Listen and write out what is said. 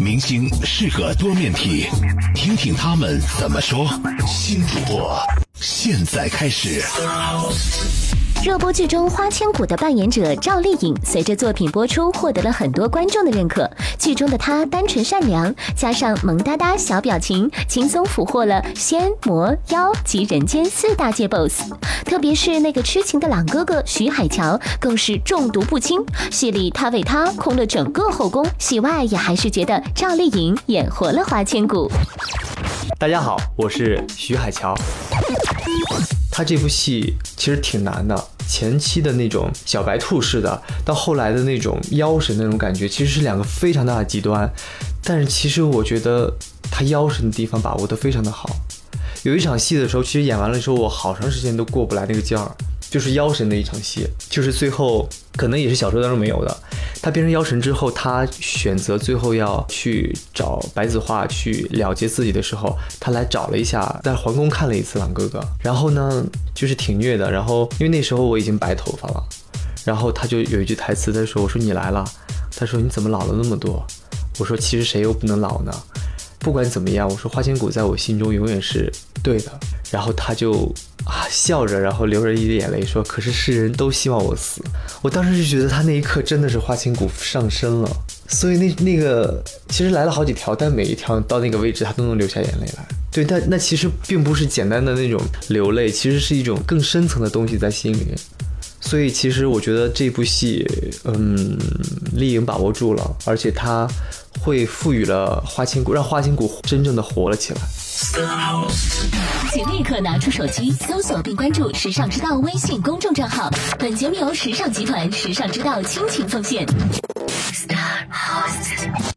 明星是个多面体，听听他们怎么说。新主播现在开始。 热播剧中花千骨的扮演者赵丽颖，随着作品播出获得了很多观众的认可。剧中的她单纯善良，加上萌哒哒小表情，轻松俘获了仙魔妖及人间4大界 BOSS。特别是那个痴情的朗哥哥徐海乔，更是中毒不轻。戏里他为他空了整个后宫，戏外也还是觉得赵丽颖演活了花千骨。 大家好，我是徐海乔。他这部戏其实挺难的，前期的那种小白兔式的，到后来的那种妖神那种感觉，其实是两个非常大的极端。但是其实我觉得他妖神的地方把握得非常的好。有一场戏的时候，其实演完了之后，我好长时间都过不来那个劲儿，就是妖神的一场戏，就是最后可能也是小说当中没有的。他变成妖神之后，他选择最后要去找白子画去了结自己的时候，他来找了一下，在皇宫看了一次朗哥哥，然后呢就是挺虐的。然后因为那时候我已经白头发了，然后他就有一句台词，他说：“我说你来了。”他说：“你怎么老了那么多？”我说：“其实谁又不能老呢？不管怎么样，我说花千骨在我心中永远是对的。”然后他就笑着，然后流着一滴眼泪说：“可是世人都希望我死。”我当时就觉得他那一刻真的是花千骨上身了。所以那个其实来了好几条，但每一条到那个位置他都能流下眼泪来。对，但那其实并不是简单的那种流泪，其实是一种更深层的东西在心里。所以其实我觉得这部戏丽颖把握住了，而且他会赋予了花千骨，让花千骨真正的活了起来。 请立刻拿出手机搜索并关注时尚之道微信公众账号，本节目由时尚集团时尚之道倾情奉献。